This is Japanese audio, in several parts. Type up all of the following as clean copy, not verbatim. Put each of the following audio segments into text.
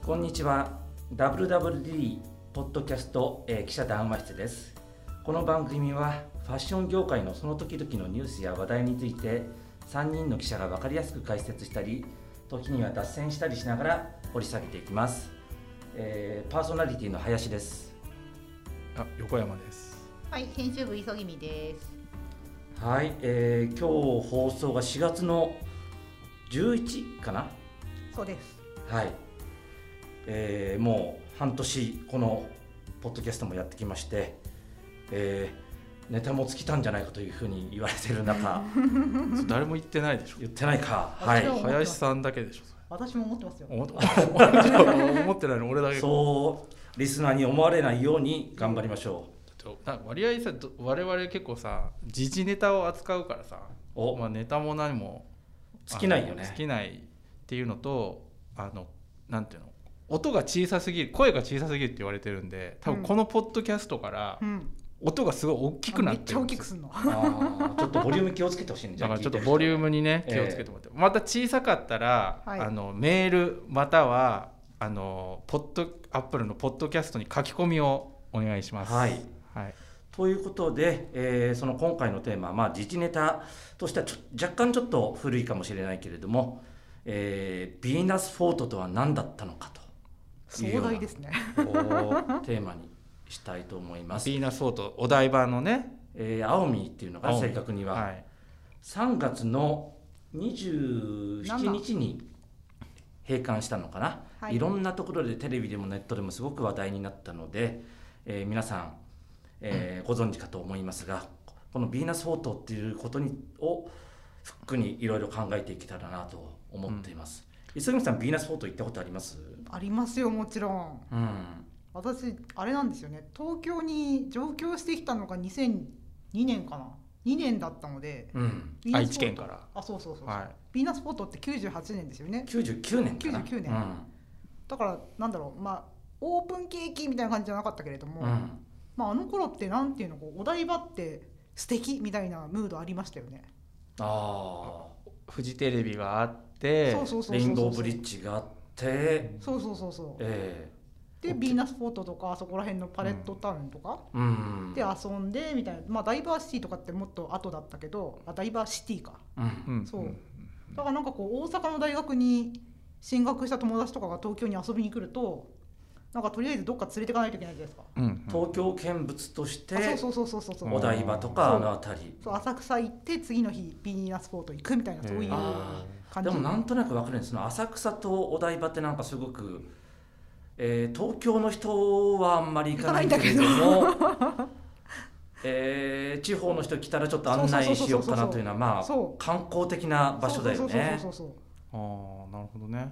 こんにちは。 WWD ポッドキャスト、記者談話室です。この番組はファッション業界のその時々のニュースや話題について3人の記者が分かりやすく解説したり、時には脱線したりしながら掘り下げていきます。パーソナリティの林です。 横山です。 はい、編集部急ぎみです。 はい、今日放送が4月の11かな。 そうです。 はい、もう半年このポッドキャストもやってきまして、ネタも尽きたんじゃないかというふうに言われている中誰も言ってないでしょ。 言ってないか。はい、 林さんだけでしょ。 私も思ってますよ。 思ってないの俺だけ。 そうリスナーに思われないように頑張りましょう。割合さ、我々結構さ、時事ネタを扱うからさ、ネタも何も尽きないよね。 尽きないっていうのと、なんていうの、音が小さすぎる、声が小さすぎるって言われてるんで、多分このポッドキャストから音がすごい大きくなってるんですよ。 めっちゃ大きくすんの。 ちょっとボリューム気をつけてほしいんじゃだからちょっとボリュームにね、気をつけてもらって、また小さかったら、メールまたはアップルのポッドキャストに書き込みをお願いします。 はい、はい、ということで、その今回のテーマ、時事ネタとしては若干ちょっと古いかもしれないけれども、ヴィーナスフォートとは何だったのかというような壮大ですねテーマにしたいと思います。 ヴィーナスフォート、お台場のね、 青海っていうのが正確には、はい、3月の27日に閉館したのかな、はい、いろんなところでテレビでもネットでもすごく話題になったので、皆さん、ご存知かと思いますが、このヴィーナスフォートっていうことをフックにいろいろ考えていけたらなと思っています。磯君さん、ヴィーナスフォート行ったことあります？ ありますよ、もちろん。私あれなんですよね、東京に上京してきたのが2002年かな、2年だったので、 愛知県から。 そう、はい、ヴィーナスフォートって98年ですよね。 99年かな。 99年、だからなんだろう、オープンケーキみたいな感じじゃなかったけれども、あの頃ってなんていうの、お台場って素敵みたいなムードありましたよね。 フジテレビがあって、 レインボーブリッジがあって、 でヴィーナスフォートとかあそこら辺のパレットタウンとかで遊んでみたいな、ダイバーシティとかってもっと後だったけど、ダイバーシティか、そうだからなんか大阪の大学に進学した友達とかが東京に遊びに来ると、なんかとりあえずどっか連れていかないといけないじゃないですか、 東京見物としてそうお台場とかあの辺り、 浅草行って次の日ヴィーナスフォート行くみたいな、そういう感じ。 でもなんとなく分かるんです。その浅草とお台場ってなんかすごく、東京の人はあんまり行かないんだけども地方の人来たらちょっと案内しようかなというのは観光的な場所だよね。 なるほどね。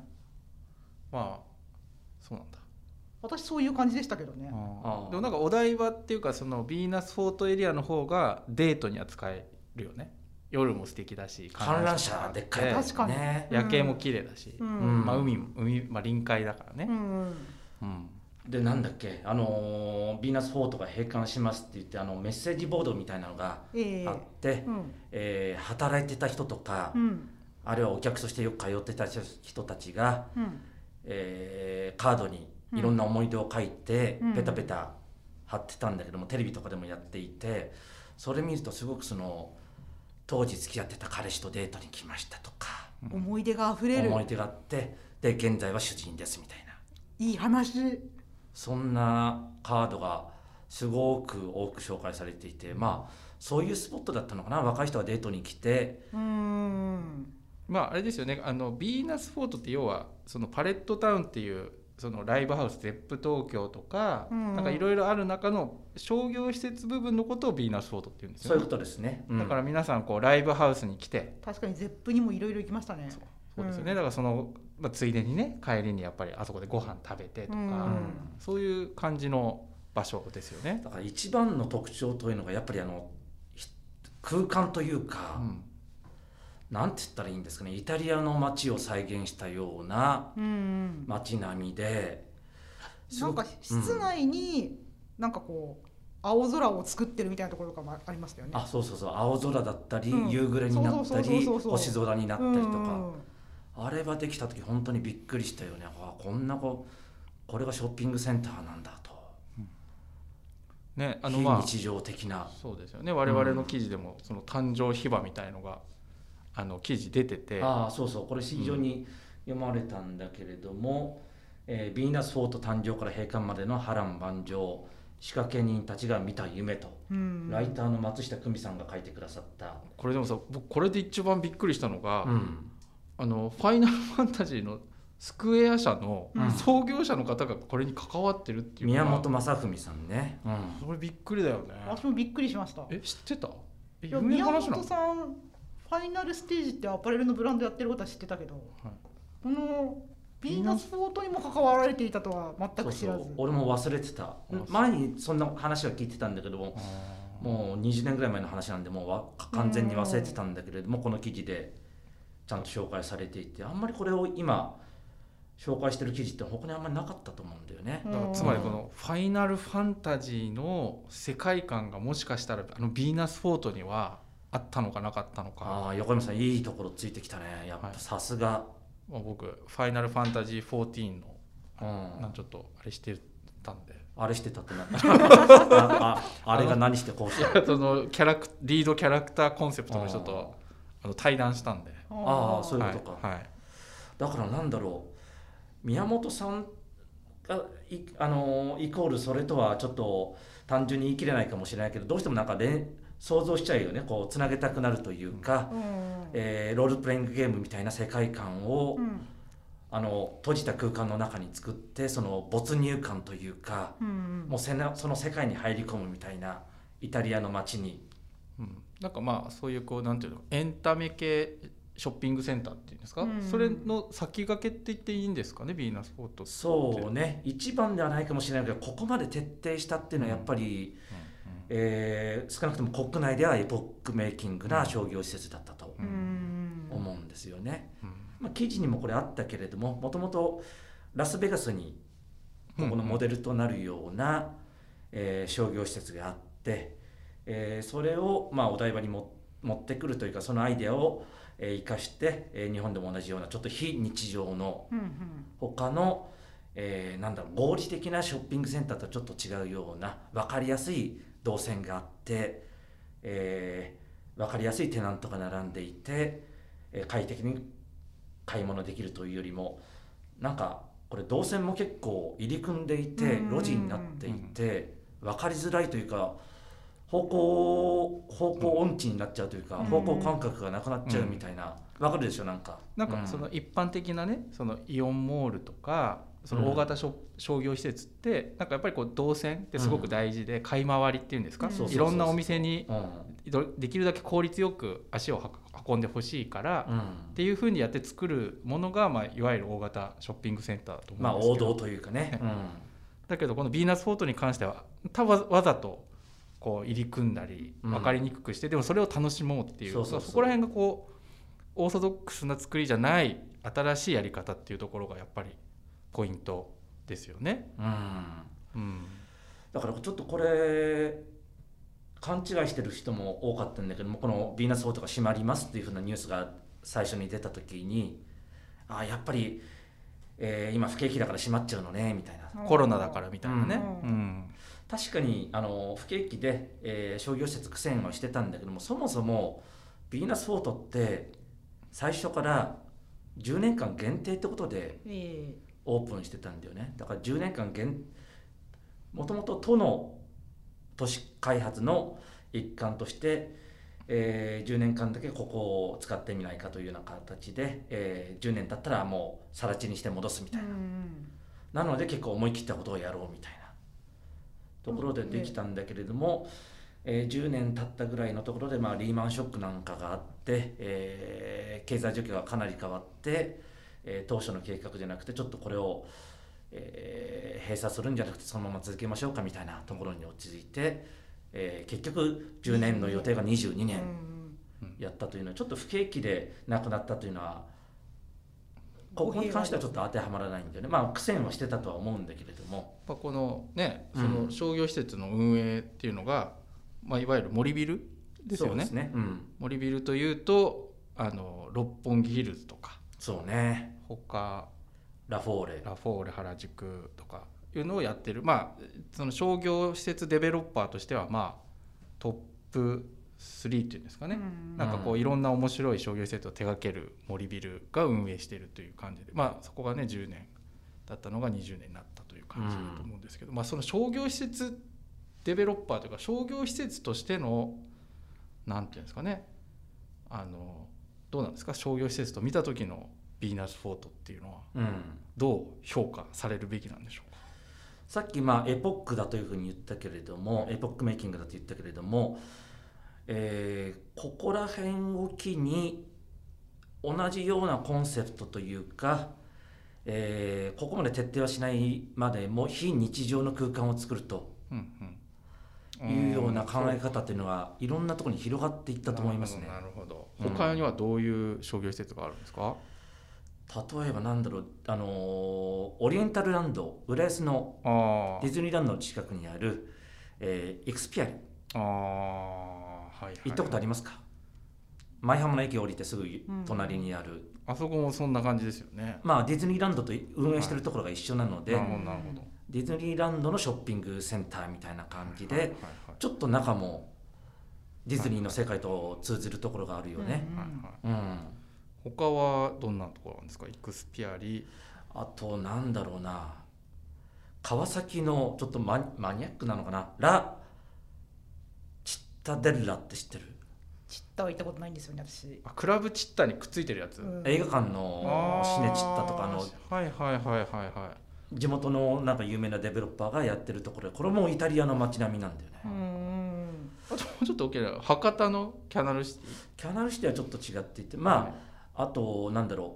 そうなんだ。 私そういう感じでしたけどね。 でもなんかお台場っていうか、そのヴィーナスフォートエリアの方がデートには使えるよね。夜も素敵だし、 観覧車でっかい、 確かに夜景も綺麗だし、海、臨海だからね。 でなんだっけ、ヴィーナスフォートが閉館しますって言ってメッセージボードみたいなのがあって、働いてた人とか、あるいはお客としてよく通ってた人たちが、カードにいろんな思い出を書いて、ペタペタ貼ってたんだけども、テレビとかでもやっていて、それ見るとすごく当時付き合ってた彼氏とデートに来ましたとか、 思い出があふれる、 思い出があって、で現在は主人ですみたいな、 いい話、 そんなカードがすごく多く紹介されていて、そういうスポットだったのかな。若い人がデートに来て、 あれですよね、ヴィーナスフォートって要はそのパレットタウンっていうそのライブハウス、ゼップ東京とか、なんかいろいろある中の商業施設部分のことをヴィーナスフォートっていうんですよね。 そういうことですね。 だから皆さんライブハウスに来て、 確かにゼップにもいろいろ行きましたね。 そうですよね。だからついでにね、帰りにやっぱりあそこでご飯食べてとか、そういう感じの場所ですよね。 だから一番の特徴というのがやっぱり空間というか、なんて言ったらいいんですかね、イタリアの街を再現したような街並みで、 なんか室内になんか青空を作ってるみたいなところとかもありましたよね。 そう、青空だったり、夕暮れになったり、星空になったりとか、あれはできた時本当にびっくりしたよね。こんなこれがショッピングセンターなんだと、 ね、 非日常的な、 そうですよね。我々の記事でもその誕生秘話みたいのが記事出てて、 そうそう、これ非常に読まれたんだけれども、ヴィーナスフォート誕生から閉館までの波乱万丈、仕掛け人たちが見た夢と、ライターの松下久美さんが書いてくださった。 これでもさ、僕これで一番びっくりしたのが、ファイナルファンタジーのスクエア社の創業者の方がこれに関わってるっていう宮本正文さんね、 それびっくりだよね。 私もびっくりしました。 知ってた？ 宮本さんファイナルステージってアパレルのブランドやってることは知ってたけど、このヴィーナスフォートにも関わられていたとは全く知らず。 そう俺も忘れてた。前にそんな話は聞いてたんだけども、もう20年ぐらい前の話なんでもう完全に忘れてたんだけれども、この記事でちゃんと紹介されていて、あんまりこれを今紹介してる記事って他にあんまりなかったと思うんだよね。 だからつまりこのファイナルファンタジーの世界観がもしかしたらヴィーナスフォートにはあったのかなかったのか。 横山さんいいところついてきたね。やっぱさすが。 僕ファイナルファンタジー14のちょっとあれしてたんで。 あれしてたってあれが何してこうしたそのリードキャラクターコンセプトの人と対談したんで。 そういうことか、だからなんだろう、宮本さんがイコールそれとはちょっと単純に言い切れないかもしれないけど、どうしてもなんか想像しちゃうよね。こうつなげたくなるというか、ロールプレイングゲームみたいな世界観を、閉じた空間の中に作って、その没入感というか、もうその世界に入り込むみたいな、イタリアの街に、 なんかまあそういうこうなんていうの、エンタメ系ショッピングセンターっていうんですか、それの先駆けって言っていいんですかね、ヴィーナスフォートって。 そうね、一番ではないかもしれないけど、ここまで徹底したっていうのはやっぱり、少なくとも国内ではエポックメイキングな商業施設だったと思うんですよね。記事にもこれあったけれども、もともとラスベガスにここのモデルとなるような、商業施設があって、それをお台場に持ってくるというか、そのアイデアを生かして、日本でも同じようなちょっと非日常の他の、合理的なショッピングセンターとちょっと違うような分かりやすい動線があって、分かりやすいテナントが並んでいて、快適に買い物できるというよりも、なんかこれ動線も結構入り組んでいて、路地になっていて分かりづらいというか、方向音痴になっちゃうというか、方向感覚がなくなっちゃうみたいな、分かるでしょ。なんかその一般的なね、そのイオンモールとかその大型商業施設ってなんかやっぱりこう動線ってすごく大事で、買い回りっていうんですか、いろんなお店にできるだけ効率よく足を運んでほしいから、っていう風にやって作るものが、いわゆる大型ショッピングセンターと思うんですけど、 王道というかね、 だけどこのヴィーナスフォートに関してはわざとこう入り組んだり分かりにくくして、でもそれを楽しもうっていう、そこら辺がこうオーソドックスな作りじゃない新しいやり方っていうところがやっぱりポイントですよね。 だからちょっとこれ勘違いしてる人も多かったんだけども、このヴィーナスフォートが閉まりますっていう風なニュースが最初に出た時に、やっぱり、今不景気だから閉まっちゃうのねみたいな、 コロナだからみたいなね、 確かに不景気で、商業施設苦戦はしてたんだけども、そもそもヴィーナスフォートって最初から10年間限定ってことでオープンしてたんだよね。だから10年間もともと都の都市開発の一環として、10年間だけここを使ってみないかというような形で、10年経ったらもう更地にして戻すみたいな、なので結構思い切ったことをやろうみたいなところでできたんだけれども、10年経ったぐらいのところで、リーマンショックなんかがあって、経済状況がかなり変わって、当初の計画じゃなくてちょっとこれを、閉鎖するんじゃなくてそのまま続けましょうかみたいなところに落ち着いて、結局10年の予定が22年やったというのは、ちょっと不景気でなくなったというのはここに関してはちょっと当てはまらないんだよね。苦戦はしてたとは思うんだけれども、 このね、その商業施設の運営っていうのが、いわゆる森ビルですよね。 そうですね、 森ビルというと六本木ヒルズとか、 そうね、 他ラフォーレ原宿とかいうのをやってる、その商業施設デベロッパーとしてはトップ3っていうんですかね、なんかこういろんな面白い商業施設を手掛ける森ビルが運営しているという感じで、そこがね10年だったのが20年になったという感じだと思うんですけど、その商業施設デベロッパーというか商業施設としてのなんていうんですかね、どうなんですか、商業施設と見た時のヴィーナスフォートっていうのはどう評価されるべきなんでしょうか。 さっきエポックだというふうに言ったけれども、エポックメイキングだと言ったけれども、ここら辺を機に同じようなコンセプトというか、ここまで徹底はしないまでも非日常の空間を作るというような考え方というのはいろんなところに広がっていったと思いますね。 なるほど。他にはどういう商業施設があるんですか。 例えばオリエンタルランド、浦安のディズニーランドの近くにある、エクスピアリ、行ったことありますか。舞浜の駅降りてすぐ隣にある、 あそこもそんな感じですよね。 ディズニーランドと運営してるところが一緒なので、 なるほど。 ディズニーランドのショッピングセンターみたいな感じで、ちょっと中もディズニーの世界と通ずるところがあるよね。 他はどんなところなんですか。エクスピアリ、 あと川崎のちょっとマニアックなのかな、ラ・チッタデッラって知ってる。 チッタは行ったことないんですよね、私。 クラブチッタにくっついてるやつ、 映画館のシネチッタとかの地元の有名なデベロッパーがやってるところで、これもイタリアの街並みなんだよね。 あともうちょっと大きな博多のキャナルシティ。 キャナルシティはちょっと違っていて、あと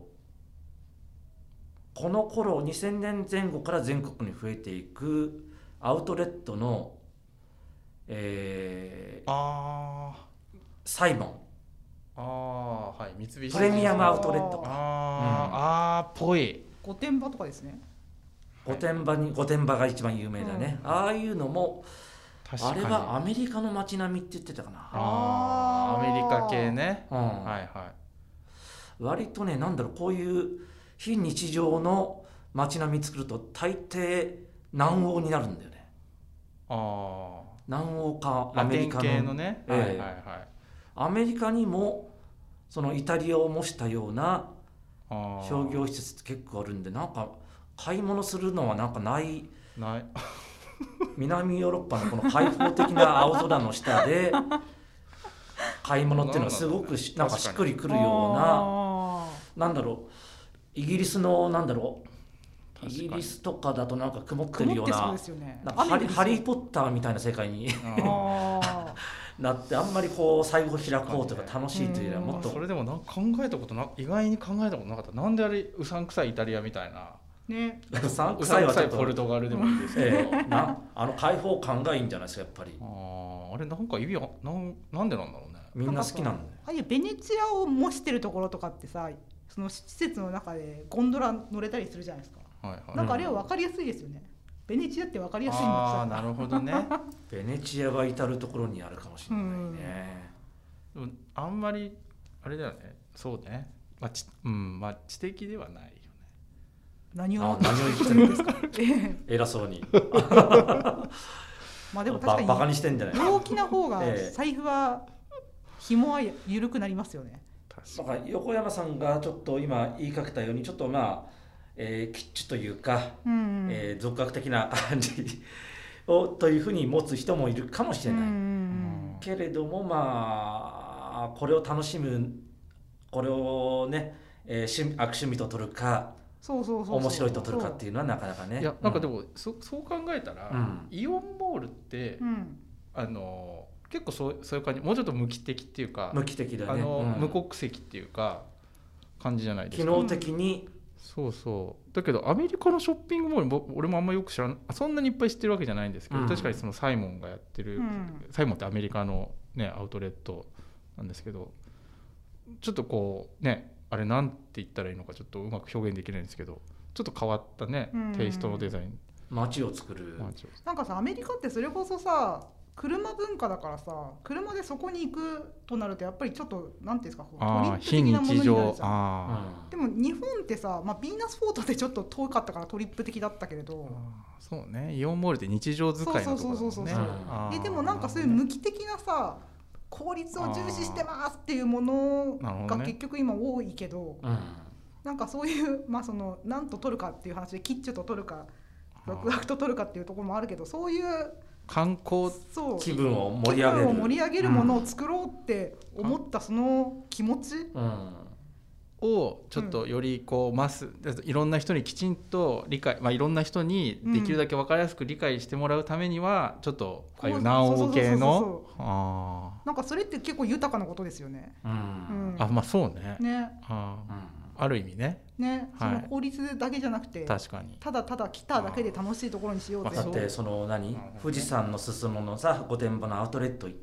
この頃2000年前後から全国に増えていくアウトレットの、サイモン、 三菱プレミアムアウトレットぽい御殿場とかですね。 御殿場が一番有名だね。ああいうのもあれはアメリカの街並みって言ってたかな。 アメリカ系ね。 割とね、こういう非日常の街並み作ると大抵南欧になるんだよね。南欧かアメリカのラテン系のね。 アメリカにもそのイタリアを模したような商業施設って結構あるんで、買い物するのはない南ヨーロッパのこの開放的な青空の下で買い物っていうのはすごくしっくりくるような、イギリスのイギリスとかだと曇ってるような、ハリー・ポッターみたいな世界になって、あんまり最後開こうとか楽しいというよりはもっと、 それでも意外に考えたことなかった。なんであれうさんくさいイタリアみたいなね、 うさんくさいはちょっとポルトガルでもいいですけど、 開放感がいいんじゃないですか、やっぱり。 あれ意味はなんでなんだろうね。 みんな好きなんだよ。 ああいうベネチアを模してるところとかってさ、その施設の中でゴンドラ乗れたりするじゃないですか。あれは分かりやすいですよね。ベネチアって分かりやすい街だから。 なるほどね。 ベネチアは至るところにあるかもしれないね。 あんまりあれだよね。そうね。知的ではないよね。 何を言ってるんですか。 偉そうに。 でも確かにバカにしてんじゃない。 陽気な方が財布は紐は緩くなりますよね。 横山さんがちょっと今言いかけたように、ちょっとキッチというか、俗学的な感じをというふうに持つ人もいるかもしれない、けれどもこれを楽しむ、これをね、悪趣味と取るか面白いと取るかっていうのはなかなかね。 いやでもそう考えたら、イオンモールって、結構そういう感じ、もうちょっと無機的っていうか、 無機的だね、 無国籍っていうか感じじゃないですか。 機能的に、 そうだけどアメリカのショッピングモール、俺もあんまよく知らん、そんなにいっぱい知ってるわけじゃないんですけど、確かにそのサイモンがやってる、サイモンってアメリカのねアウトレットなんですけど、ちょっとあれなんて言ったらいいのかちょっとうまく表現できないんですけど、ちょっと変わったね、テイストのデザイン、 街を作る。 アメリカってそれこそさ、車文化だからさ、車でそこに行くとなるとやっぱりちょっとなんていうんですか、トリップ的なものになるじゃん。でも日本ってさ、まあ、ビーナスフォートってちょっと遠かったからトリップ的だったけれど、 そうね、イオンモールって日常使いのところだもんね。 でもなんかそういう無機的なさ効率を重視してますっていうものが結局今多いけど、なんかそういう、まあ、その何と取るかっていう話でキッチュと取るか独学と取るかっていうところもあるけど、そういう観光気分を盛り上げるものを作ろうって思ったその気持ち、 をちょっとよりこういろんな人にきちんと理解、まあ、いろんな人にできるだけ分かりやすく理解してもらうためにはちょっとああいう南欧系のなんかそれって結構豊かなことですよね。 あ、まあそうね。ある意味ね。 その効率だけじゃなくて、 確かにただただ来ただけで楽しいところにしようぜ。 だってその富士山の裾野のさ御殿場のアウトレット行って、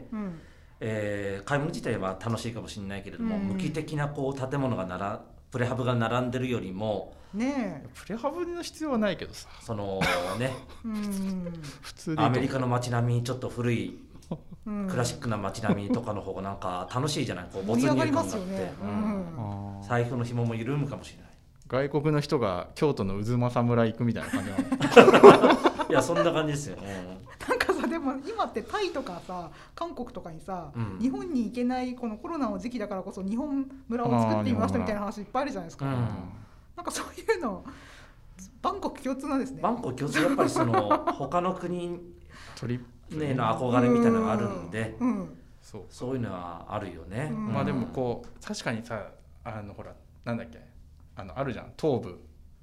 買い物自体は楽しいかもしれないけれども、無機的なこう建物がプレハブが並んでるよりもね、 プレハブの必要はないけどさ、 そのね普通でアメリカの街並み、ちょっと古いクラシックな街並みとかの方がなんか楽しいじゃない、こう没入感があって、財布の紐も緩むかもしれない。 外国の人が京都の渦政村行くみたいな感じなのいやそんな感じですよ。 なんかさ、でも今ってタイとかさ韓国とかにさ、日本に行けないこのコロナの時期だからこそ日本村を作ってみましたみたいな話いっぱいあるじゃないですか。なんかそういうのバンコク共通なんですね。 バンコク共通、やっぱりその他の国トリップねの憧れみたいなのがあるんで、そういうのはあるよね。 まあでもこう確かにさ、ほらなんだっけ、あるじゃん、東部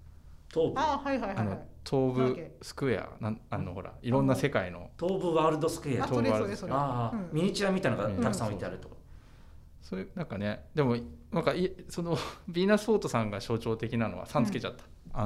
東部スクエアほらいろんな世界の東部ワールドスクエア、ミニチュアみたいなのがたくさん置いてあると。 そういうなんかね、でもなんかそのビーナスフォートさんが象徴的なのは、さんつけちゃった、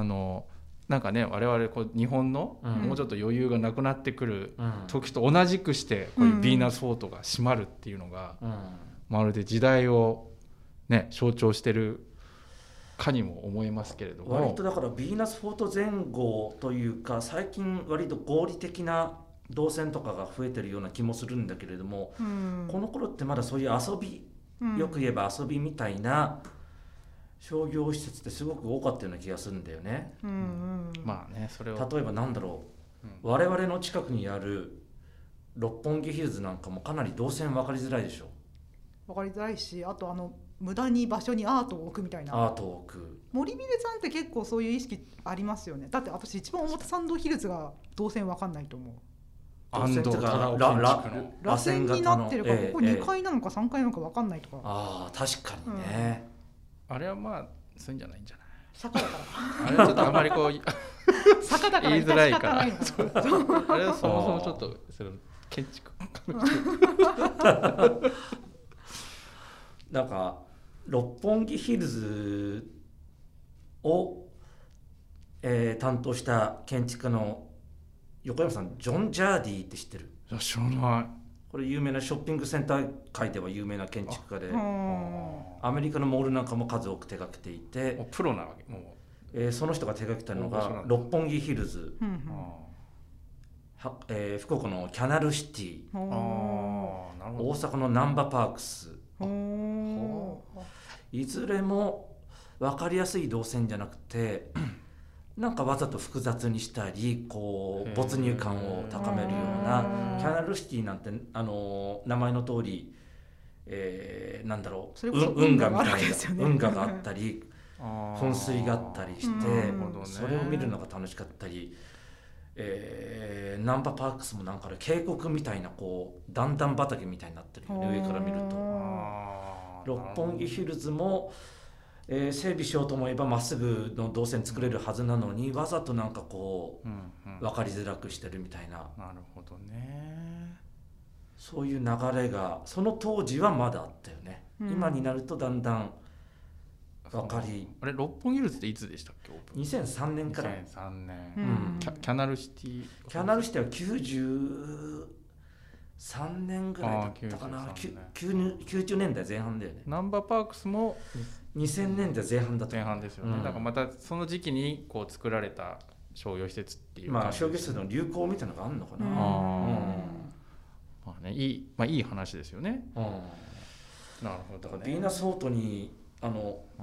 なんかね、我々こう日本のもうちょっと余裕がなくなってくる時と同じくしてこういうビーナスフォートが閉まるっていうのがまるで時代をね象徴してるかにも思いますけれども、 割とだからビーナスフォート前後というか最近割と合理的な動線とかが増えてるような気もするんだけれども、この頃ってまだそういう遊び、よく言えば遊びみたいな商業施設ってすごく多かったような気がするんだよね。 まあね、それを例えばなんだろう、我々の近くにある六本木ヒルズなんかもかなり動線分かりづらいでしょ。 分かりづらいし、あと無駄に場所にアートを置くみたいな。 アートを置く。 森ビルさんって結構そういう意識ありますよね。だって私一番表参道ヒルズが動線分かんないと思う。 安藤忠雄建築の螺旋になってるから、ここ2階なのか3階なのか分かんないとか。 ああ確かにね、 あれはまあそういうんじゃないんじゃない。 坂だからあれはちょっとあんまりこう坂だから言いづらいからあれはそもそもちょっとその建築なんか六本木ヒルズを、担当した建築家の横山さん、ジョン・ジャーディって知ってる？ いや知らない。 これ有名なショッピングセンター界では有名な建築家で、アメリカのモールなんかも数多く手掛けていて、 プロなわけもう、 その人が手掛けたのが六本木ヒルズ、福岡のキャナルシティ、大阪のナンバーパークス、いずれも分かりやすい動線じゃなくてなんかわざと複雑にしたりこう没入感を高めるような。キャナルシティなんて名前の通り、なんだろう、運河みたいな運河があったり噴水があったりして、それを見るのが楽しかったり、ナンバーパークスもなんか渓谷みたいなこう段々畑みたいになってるよね、上から見ると。六本木ヒルズも整備しようと思えばまっすぐの動線作れるはずなのに、わざとなんかこう分かりづらくしてるみたいな。 なるほどね。 そういう流れがその当時はまだあったよね。今になるとだんだん分かり。 あれ六本木ヒルズっていつでしたっけ？ 2003年から。 2003年、キャナルシティ。 キャナルシティは93年ぐらいだったかな。90年代前半だよね。 ナンバーパークスも 2000年代前半だった。 前半ですよね。だからまたその時期にこう作られた商業施設っていう、 まあ商業施設の流行みたいなのがあるのかな。 まあね、いい話ですよね。なるほどね。 だからビーナスフォートに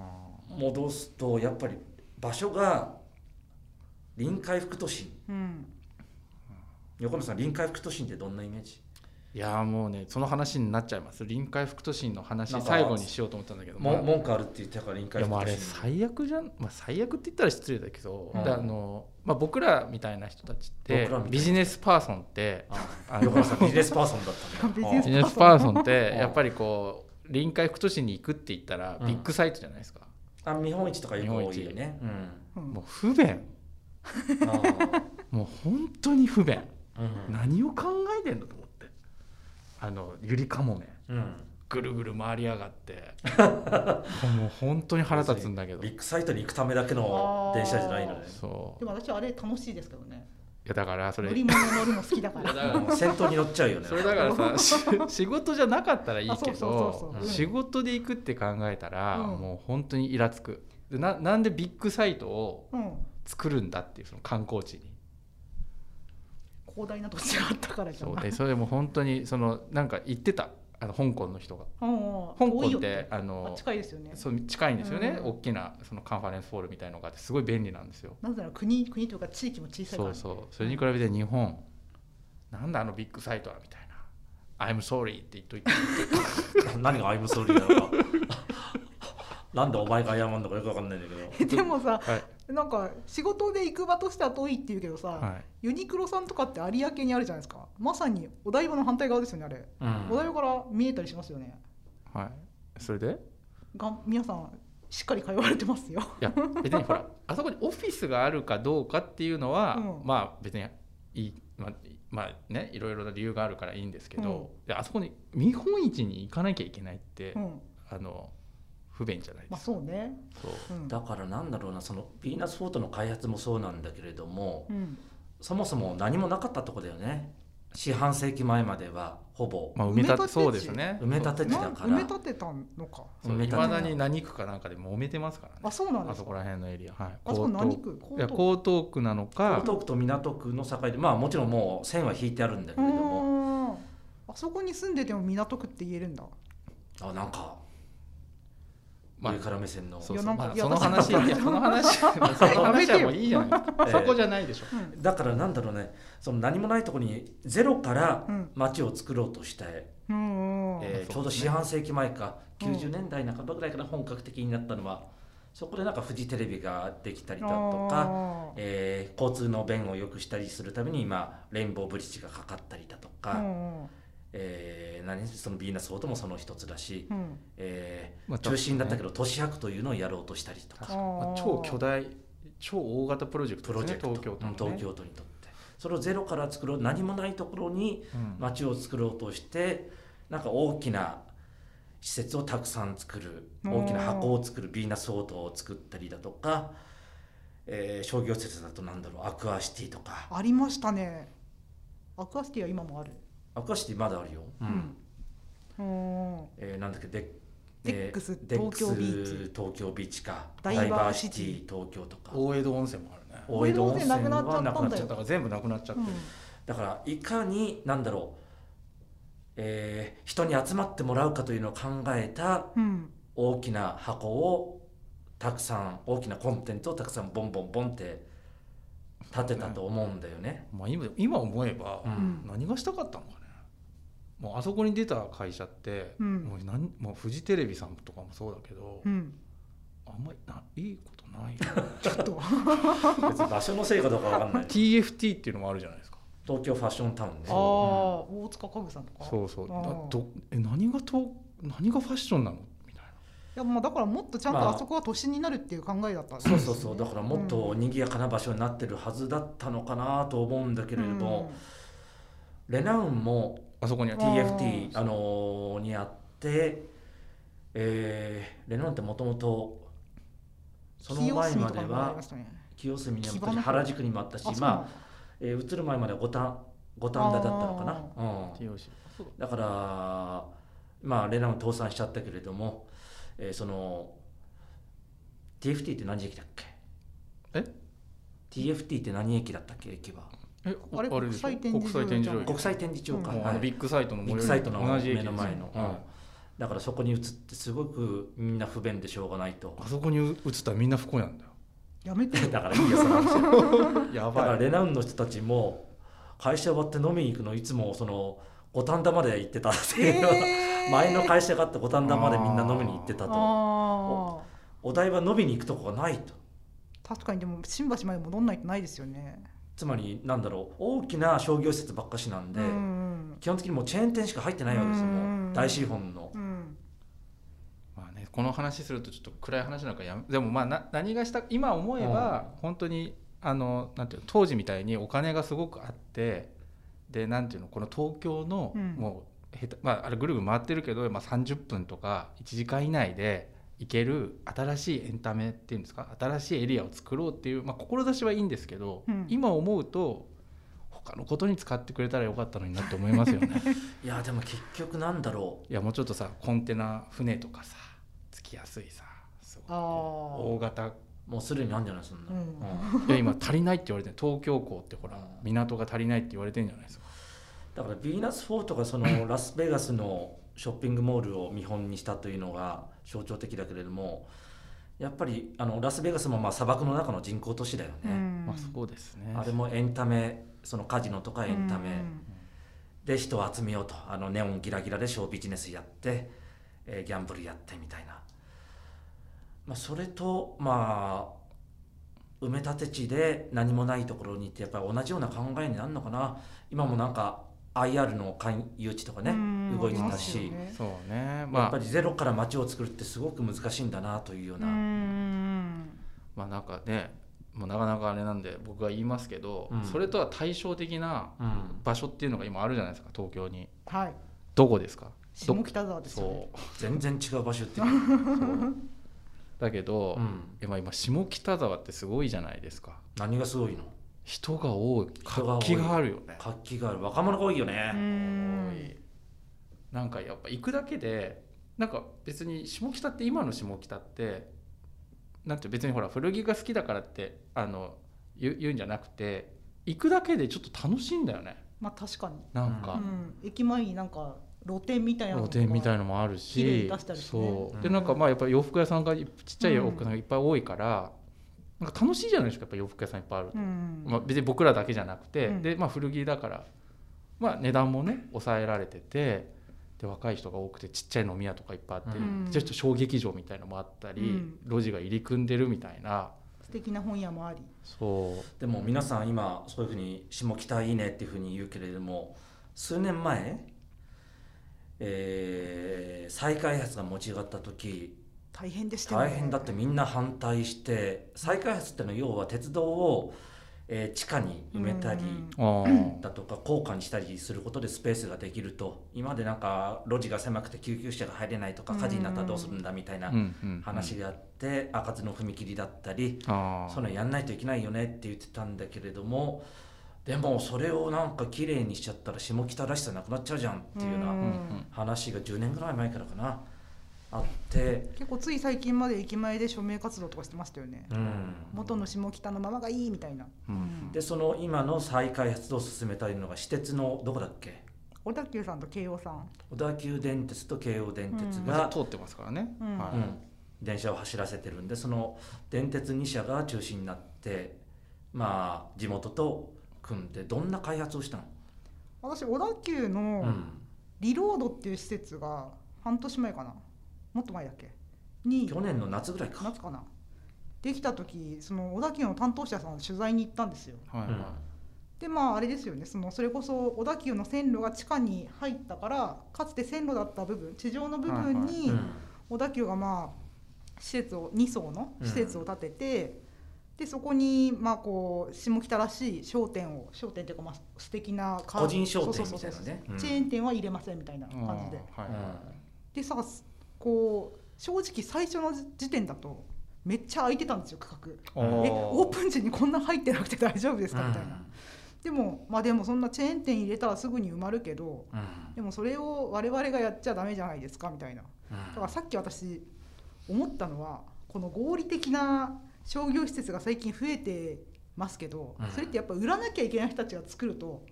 戻すとやっぱり場所が臨海副都心、横野さん、臨海副都心ってどんなイメージ？ いやもうね、その話になっちゃいます。臨海副都心の話最後にしようと思ったんだけど、 文句あるって言ってたから臨海副都心。 いやもうあれ最悪じゃん、最悪って言ったら失礼だけど、僕らみたいな人たちってビジネスパーソンってビジネスパーソンだったんだ。 ビジネスパーソンってやっぱりこう臨海副都心に行くって言ったらビッグサイトじゃないですか。 見本市とかよく多いよね。 もう不便もう本当に不便、何を考えてんだと思って、ゆりかもめ、ぐるぐる回りやがってもう本当に腹立つんだけど、 ビッグサイトに行くためだけの電車じゃないのね。 でも私あれ楽しいですけどね。 いやだからそれ乗り物乗るの好きだから先頭に乗っちゃうよね。 それだからさ仕事じゃなかったらいいけど、仕事で行くって考えたら、もう本当にイラつく。なんでビッグサイトを作るんだっていう、その観光地に広大な土地があったからじゃない。 そうで、それも本当になんか言ってた、香港の人が。香港って近いですよね。 そう近いんですよね。大きなそのカンファレンスホールみたいのがあってすごい便利なんですよ。 なぜなら国というか地域も小さいから、ね。 それに比べて日本、なんだビッグサイトはみたいな。I'm sorry って言っといて。 何が I'm sorry なのか。なんでお前が謝るのかよく分かんないんだけど。でもさ、なんか仕事で行く場としては遠いっていうけどさ、ユニクロさんとかって有明にあるじゃないですか。まさにお台場の反対側ですよね、あれ。お台場から見えたりしますよね。 それで皆さんしっかり通われてますよ。 いや別にほらあそこにオフィスがあるかどうかっていうのは、別にいい、ね、いろいろな理由があるからいいんですけど、あそこに見本市に行かなきゃいけないって、不便じゃないですか。 そうね。 だからなんだろうな、そのヴィーナスフォートの開発もそうなんだけれども、そもそも何もなかったとこだよね。四半世紀前まではほぼ、 埋め立て、そうですね。 埋め立て地だから。 埋め立てたのか。 いまだに何区かなんかで揉めてますからね。 そうなんですか。 あそこら辺のエリア。 あそこ何区？ 江東区なのか。 江東区と港区の境で、もちろんもう線は引いてあるんだけれども。 あそこに住んでても港区って言えるんだ。 なんか。上から目線の。 その話はもういいじゃないですか。そこじゃないでしょ。 だからなんだろうね、その何もないところにゼロから街を作ろうとして、ちょうど四半世紀前か90年代半ばぐらいから本格的になったのは、そこでなんかフジテレビができたりだとか、交通の便を良くしたりするために今レインボーブリッジがかかったりだとか。そのヴィーナスフォートもその一つだし、中心だったけど都市博というのをやろうとしたりとか、 超巨大超大型プロジェクトですね、東京都にとって。それをゼロから作ろう、何もないところに街を作ろうとして、なんか大きな施設をたくさん作る、大きな箱を作る、ヴィーナスフォートを作ったりだとか、商業施設だとアクアシティとかありましたね。アクアシティは今もある。 アクアシティまだあるよ。なんだっけ、 デックス東京ビーチか、ダイバーシティ東京とか、 大江戸温泉もあるね。 大江戸温泉はなくなっちゃった。 だから全部なくなっちゃってる。 だからいかに人に集まってもらうかというのを考えた大きな箱をたくさん、大きなコンテンツをたくさんボンボンボンって立てたと思うんだよね。 今思えば何がしたかったのかね。もうあそこに出た会社って、もうフジテレビさんとかもそうだけど、あんまりいいことないちょっと別に場所のせいかどうかわかんない。 TFT っていうのもあるじゃないですか。 東京ファッションタウンね。 大塚家具さんとか。 何がファッションなのみたいな。 いやだからもっとちゃんとあそこは都心になるっていう考えだったんですね。そうだからもっと賑やかな場所になってるはずだったのかなと思うんだけれども、レナウンもあそこに TFT にあって、レナウンってもともとその前までは清澄にもあったし、原宿にもあったし、移る前までは五反田だったのかな。だからレナウン倒産しちゃったけれども、その TFT って何駅だっけ？TFT って何駅だったっけ？駅はあれ国際展示場か、 ビッグサイトの目の前の、 だからそこに移ってすごくみんな不便でしょうがないと。 あそこに移ったらみんな不幸なんだよ。 やめてだからいいよその話やばい。 だからレナウンの人たちも会社終わって飲みに行くのいつもその五反田まで行ってたっていうのは、前の会社があって五反田までみんな飲みに行ってたと。お台場飲みに行くとこがないと。 確かに。でも新橋まで戻んないとないですよね。 つまりなんだろう、大きな商業施設ばっかしなんで、基本的にもうチェーン店しか入ってないわけですよ、もう大資本の。 まあね、この話するとちょっと暗い話なんかでもまあ何がした今思えば本当になんていうの、当時みたいにお金がすごくあって、でなんていうの、この東京のもうあれぐるぐる回ってるけど、30分とか1時間以内で行ける新しいエンタメっていうんですか、新しいエリアを作ろうっていう、志はいいんですけど、今思うと他のことに使ってくれたらよかったのになって思いますよね。 いやでも結局なんだろう、いやもうちょっとさ、コンテナ船とかさ、つきやすいさ、すごい大型、 もうすでにあるんじゃないそんな、 いや今足りないって言われてる、東京港ってほら、港が足りないって言われてるんじゃないですか。 だからヴィーナスフォートがそのラスベガスのショッピングモールを見本にしたというのが象徴的だけれども、やっぱりラスベガスも砂漠の中の人工都市だよね。 そうですね。 あれもエンタメ、そのカジノとかエンタメで人を集めようと、ネオンギラギラでショービジネスやって、ギャンブルやってみたいな、それと埋め立て地で何もないところに行ってやっぱり同じような考えになるのかな。今もなんかIR の勧誘地とかね動いてたし、 そうね、 やっぱりゼロから街を作るってすごく難しいんだなというような、 なんかね、もうなかなかあれなんで僕が言いますけど、それとは対照的な場所っていうのが今あるじゃないですか、東京に。 はい。 どこですか？ 下北沢ですよね。 全然違う場所っていうだけど、今下北沢ってすごいじゃないですか。 何がすごいの？ 人が多い、活気があるよね。 活気がある、若者が多いよね。 なんかやっぱ行くだけで、なんか別に下北って今の下北ってなんて、別にほら古着が好きだからって言うんじゃなくて、行くだけでちょっと楽しいんだよね。 確かに。 なんか、 駅前になんか露店みたいなのもあるし、そうでなんかやっぱり洋服屋さんがちっちゃい洋服がいっぱい多いから。なんか楽しいじゃないですか、やっぱ洋服屋さんいっぱいあると、別に僕らだけじゃなくて、で古着だから値段もね抑えられてて、で若い人が多くてちっちゃい飲み屋とかいっぱいあって、ちょっと小劇場みたいのもあったり、路地が入り組んでるみたいな素敵な本屋もあり。 でも皆さん今そういうふうに下北いいねっていうふうに言うけれども、数年前、再開発が持ち上がった時大変でしたよね。 大変だってみんな反対して、再開発ってのは要は鉄道を、地下に埋めたりだとか高架にしたりすることでスペースができると。今までなんか路地が狭くて救急車が入れないとか、火事になったらどうするんだみたいな話があって、開かずの踏切だったり、そのやんないといけないよねって言ってたんだけれども、でもそれをなんかきれいにしちゃったら下北らしさなくなっちゃうじゃんっていうような話が10年ぐらい前からかなあって、 結構つい最近まで駅前で署名活動とかしてましたよね。元の下北のままがいいみたいな。 でその今の再開発を進めたいのが私鉄のどこだっけ、 小田急さんと京王さん。 小田急電鉄と京王電鉄が、 通ってますからね、 電車を走らせてるんで、その電鉄2社が中心になって地元と組んでどんな開発をしたの？ 私小田急のリロードっていう施設が半年前かな、もっと前だっけに、 去年の夏ぐらいか、 夏かな、できた時、その小田急の担当者さん取材に行ったんですよ。であれですよね、それこそ小田急の線路が地下に入ったから、かつて線路だった部分、地上の部分に小田急が施設を2層の施設を建てて、でそこにこう下北らしい商店っていうか素敵な個人商店みたいなね、 チェーン店は入れませんみたいな感じで、でさ、こう正直最初の時点だとめっちゃ空いてたんですよ、区画。オープン時にこんな入ってなくて大丈夫ですかみたいな。でもそんなチェーン店入れたらすぐに埋まるけど、でもそれを我々がやっちゃダメじゃないですかみたいな。だからさっき私思ったのは、この合理的な商業施設が最近増えてますけど、それってやっぱ売らなきゃいけない人たちが作ると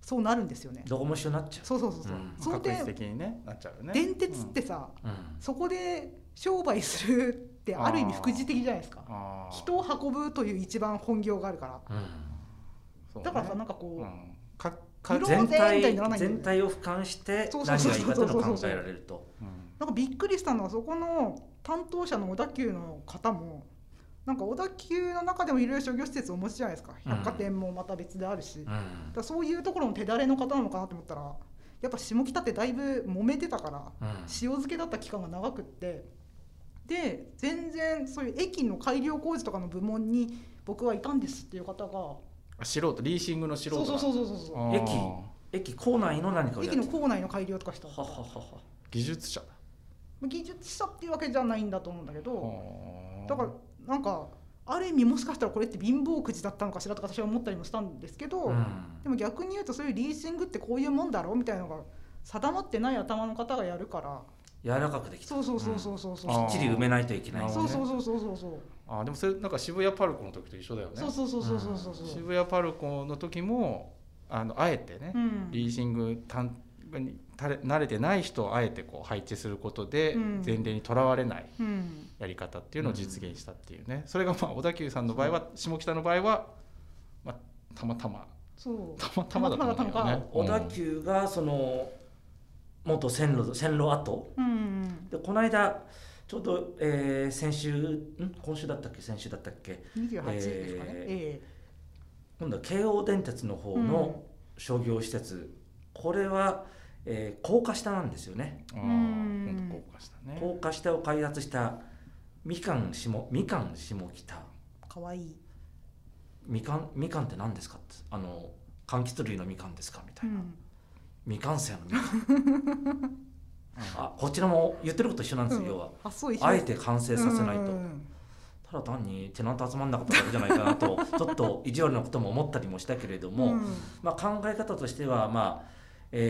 そうなるんですよね。 どこも一緒になっちゃう。 そうそうそうそう。 確率的にねなっちゃうよね。 電鉄ってさ、そこで商売するってある意味副次的じゃないですか。人を運ぶという一番本業があるから。だからさ、なんかこう全体を俯瞰して何がいいかというのを考えられると。 なんかびっくりしたのは、そこの担当者の小田急の方もなんか小田急の中でもいろいろ商業施設をお持ちじゃないですか。百貨店もまた別であるし、だそういうところの手だれの方なのかなと思ったら、やっぱ下北ってだいぶ揉めてたから、塩漬けだった期間が長くって、で全然そういう駅の改良工事とかの部門に僕はいたんですっていう方が、 素人、リーシングの素人。 そう駅構内の何かをやって、 駅の構内の改良とかした技術者だ。 技術者っていうわけじゃないんだと思うんだけど、だからなんかある意味もしかしたらこれって貧乏くじだったのかしらとか私は思ったりもしたんですけど、でも逆に言うとそういうリーシングってこういうもんだろうみたいなのが定まってない頭の方がやるから、 柔らかくできた。 そうきっちり埋めないといけない。 そう。 でもそれなんか渋谷パルコの時と一緒だよね。 そう渋谷パルコの時もあえてね、リーシングに慣れてない人をあえてこう配置することで前例にとらわれないやり方っていうのを実現したっていうね。それがまあ小田急さんの場合は、下北の場合はまあたまたまだと思うんだよね。 小田急がその元線路跡で、この間ちょうど今週だったっけ先週だったっけ、 28ですかね。 今度は京王電鉄の方の商業施設、これは高架下なんですよね。高架下を開発したみかん下北。 かわいい。 みかんって何ですかって、柑橘類のみかんですかみたいな、未完成のみかんこちらも言ってること一緒なんですよ、要はあえて完成させないと、ただ単にテナント集まんなかっただけじゃないかなとちょっと意地悪なことも思ったりもしたけれども、まあ、考え方としては、まあ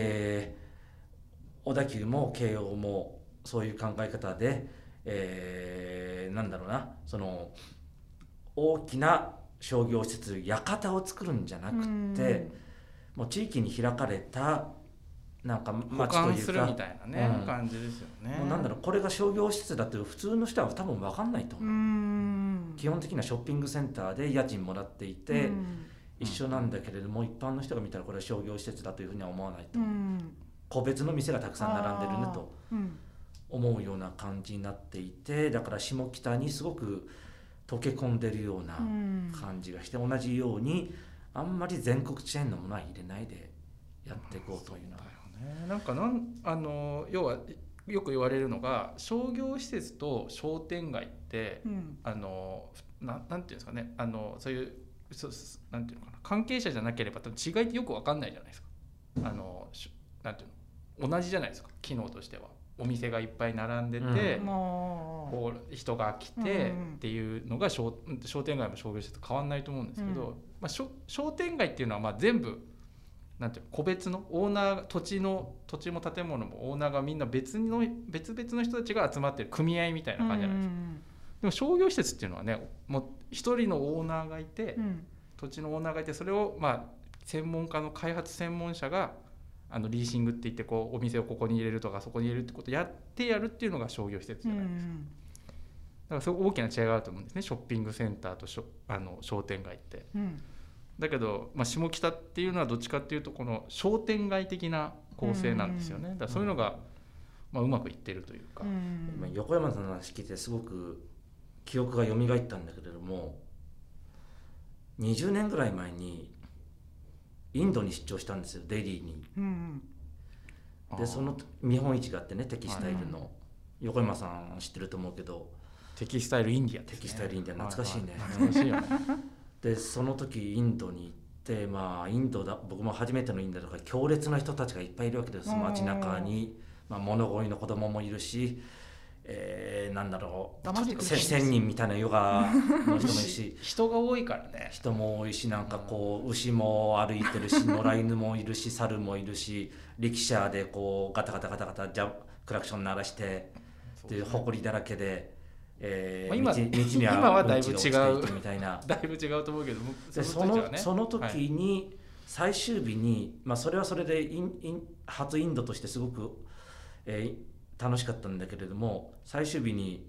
小田急も京王もそういう考え方で、なんだろうな、その大きな商業施設、館を作るんじゃなくて、もう地域に開かれたなんか街というかするみたいなね、感じですよね。 もうなんだろう、これが商業施設だという普通の人は多分分かんないと思う。基本的なショッピングセンターで家賃もらっていて一緒なんだけれども、一般の人が見たらこれは商業施設だというふうには思わないと、個別の店がたくさん並んでるねと思うような感じになっていて、だから下北にすごく溶け込んでるような感じがして、同じようにあんまり全国チェーンのものは入れないでやっていこうというのは、 なんか要はよく言われるのが、商業施設と商店街って、なんていうんですかね、そういうなんていうのかな、関係者じゃなければ違いってよく分かんないじゃないですか。なんていうの、同じじゃないですか、機能としては。お店がいっぱい並んでて、こう人が来てっていうのが商店街も商業施設と変わんないと思うんですけど、まあ、商店街っていうのはまあ全部なんていうの、個別のオーナー、土地も建物もオーナーがみんな別々の人たちが集まってる組合みたいな感じじゃないですか。でも商業施設っていうのはね、もう一人のオーナーがいて、土地のオーナーがいて、それをまあ専門家の開発専門者がリーシングって言って、こうお店をここに入れるとかそこに入れるってことをやるっていうのが商業施設じゃないですか。だからすごく大きな違いがあると思うんですね、ショッピングセンターと商店街って。だけど、まあ、下北っていうのはどっちかっていうとこの商店街的な構成なんですよね。だからそういうのが、まあ、うまくいってるというか。 横山さんの話聞いてすごく記憶が蘇ったんだけれども、20年ぐらい前にインドに出張したんですよ、デリーに。でその見本市があってね、テキスタイルの、横山さん知ってると思うけど、 テキスタイルインディア、 テキスタイルインディア懐かしいね。 懐かしいよね。 でその時インドに行って、まあインドだ、僕も初めてのインドだから強烈な人たちがいっぱいいるわけです。街中に、まあ、物乞いの子供もいるし、なんだろう、1000人みたいなヨガの人もいるし人が多いからね、 人も多いし、なんかこう牛も歩いてるし、野良犬もいるし、猿もいるし、力車でこうガタガタガタガタクラクション鳴らしてで埃だらけで、 今はだいぶ違うみたいなだいぶ違うと思うけど、 その時に最終日に、それはそれで初インドとしてすごく、楽しかったんだけれども、最終日に、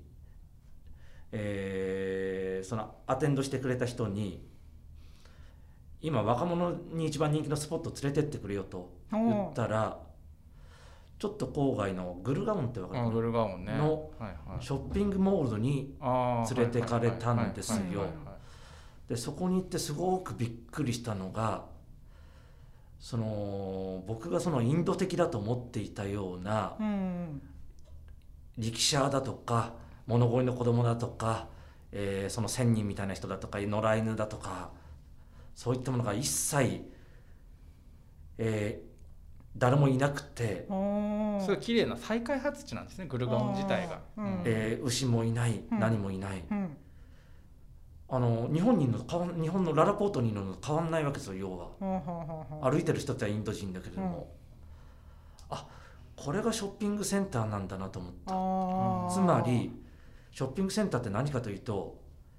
そのアテンドしてくれた人に、今若者に一番人気のスポット連れてってくれよと言ったら、ちょっと郊外のグルガオンって分かる？ グルガオンね、 のショッピングモールに連れてかれたんですよ。でそこに行ってすごくびっくりしたのが、僕がそのインド的だと思っていたような、力車だとか物乞いの子供だとか、その仙人みたいな人だとか野良犬だとか、そういったものが一切、誰もいなくて、 すごい綺麗な再開発地なんですね、グルガオン自体が。 牛もいない、何もいない、日本のララポートにいるのと変わんないわけですよ。要は歩いてる人ってはインド人だけれども、これがショッピングセンターなんだなと思った。つまりショッピングセンターって何かというと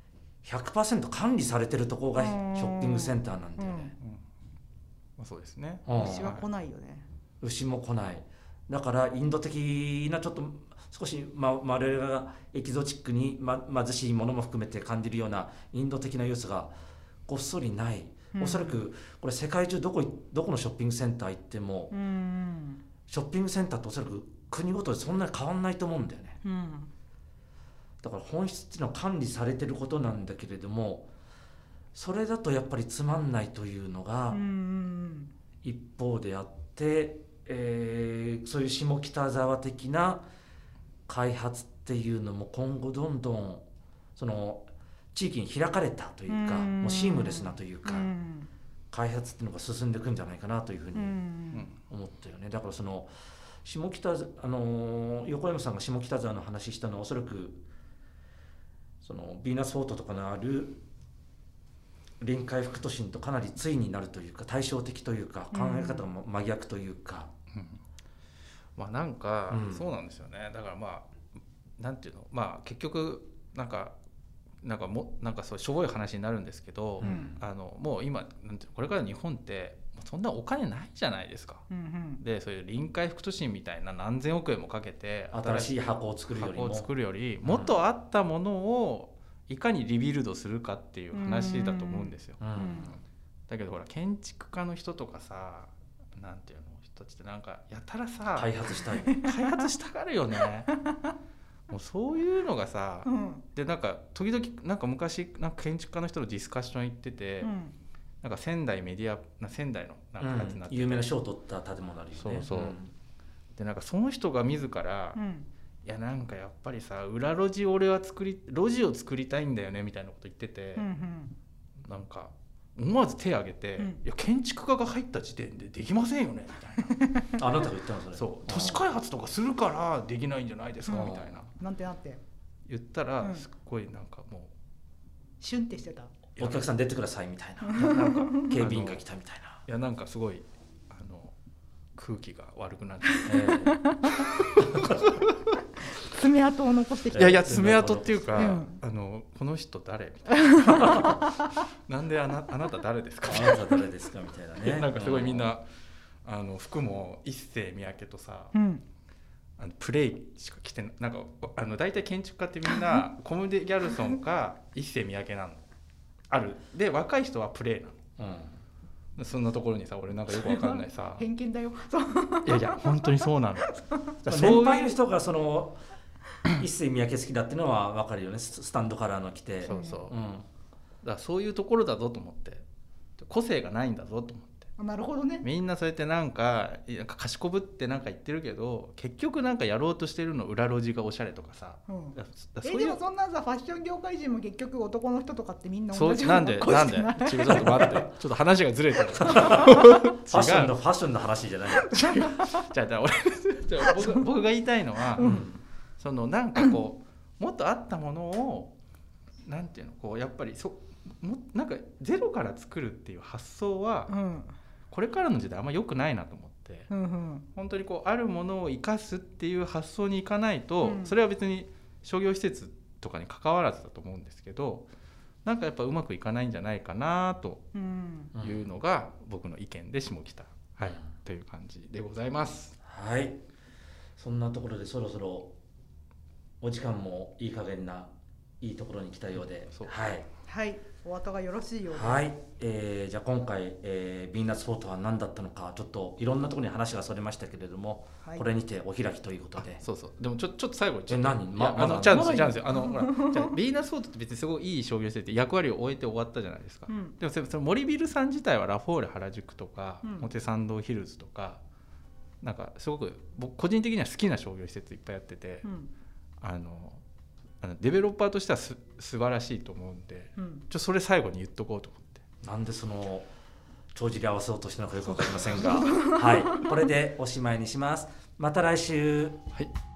100% 管理されてるところがショッピングセンターなんだよね。 そうですね。 牛は来ないよね。 牛も来ない。だからインド的なちょっと少し我々がエキゾチックに、貧しいものも含めて感じるようなインド的な要素がごっそりない。おそらくこれ世界中どこのショッピングセンター行っても、ショッピングセンターっておそらく国ごとでそんなに変わんないと思うんだよね。だから本質っていうのは管理されてることなんだけれども、それだとやっぱりつまんないというのが一方であって、そういう下北沢的な開発っていうのも今後どんどんその地域に開かれたというか、もうシームレスなというか、開発っていうのが進んでいくんじゃないかなというふうに思ったよね。だからその下北横山さんが下北沢の話したのは、おそらくそのヴィーナスフォートとかのある臨海副都心とかなり対になるというか、対照的というか、考え方が真逆というか、 なんかそうなんですよね。だからなんていうの、結局なんかそうしょぼい話になるんですけど、もう今なんていうの、これから日本ってそんなお金ないじゃないですか。でそういう臨海副都心みたいな何千億円もかけて新しい箱を作るより元あったものをいかにリビルドするかっていう話だと思うんですよ。だけどほら建築家の人とかさ、なんていうの人たちってなんかやたらさ開発したがるよね。もうそういうのがさ、でなんか時々なんか昔なんか建築家の人のディスカッション行ってて、なんか仙台のなんかやつになってて、 有名な賞を取った建物あるよね。 でなんかその人が自ら、いやなんかやっぱりさ裏路地俺は路地を作りたいんだよねみたいなこと言ってて、なんか思わず手を挙げて、いや建築家が入った時点でできませんよねみたいな。 あなたが言ったのそれ。 そう、都市開発とかするからできないんじゃないですかみたいな。 なんて言ったらすっごいなんかもうシュンってしてた。 お客さん出てくださいみたいな。なんか警備員が来たみたいな。 いやなんかすごい空気が悪くなって。 爪痕を残してきた。 いや爪痕っていうか、この人誰みたいな。なんであなた誰ですか。 あなた誰ですかみたいなね。 なんかすごいみんな服も一世三宅とさ、プレイしか着てない。なんか大体建築家ってみんなコムデ・ギャルソンか一世三宅なの。あるで若い人はプレイなの。そんなところにさ、俺なんかよくわかんないさ。 偏見だよ。 いや本当にそうなの。 年配の人がその一世三宅好きだっていうのは分かるよね。スタンドカラーの着て。 そう、だからそういうところだぞと思って、個性がないんだぞと思って。 なるほどね。 みんなそうやってなんか賢ぶってなんか言ってるけど、結局なんかやろうとしてるの裏路地がおしゃれとかさ。 でもそんなさファッション業界人も結局男の人とかってみんな同じような声してない。ちょっと待って、ちょっと話がずれてる。ファッションの話じゃない。 僕が言いたいのは、そのなんかこうもっとあったものをなんていうのこうやっぱりなんかゼロから作るっていう発想は、これからの時代あんま良くないなと思って、本当にこうあるものを生かすっていう発想にいかないと、それは別に商業施設とかに関わらずだと思うんですけど、 なんかやっぱうまくいかないんじゃないかなというのが僕の意見で下北、はい、という感じでございます。 はい、そんなところでそろそろお時間もいい加減ないいところに来たようで、はい、 はい、お後がよろしいようで、 はい、じゃあ今回、ヴィーナスフォートは何だったのか、ちょっといろんなところに話がそれましたけれども、はい、これにてお開きということで。 そうでもちょっと最後チャンスよ。ほら、じゃあヴィーナスフォートって別にすごいいい商業施設で役割を終えて終わったじゃないですか、でもその森ビルさん自体はラフォーレ原宿とか、表参道ヒルズとか、なんかすごく僕個人的には好きな商業施設いっぱいやってて、デベロッパーとしては素晴らしいと思うんで、それ最後に言っとこうと思って。 なんでその帳尻合わせようとしてるのかよく分かりませんがはい、これでおしまいにします。また来週。 はい。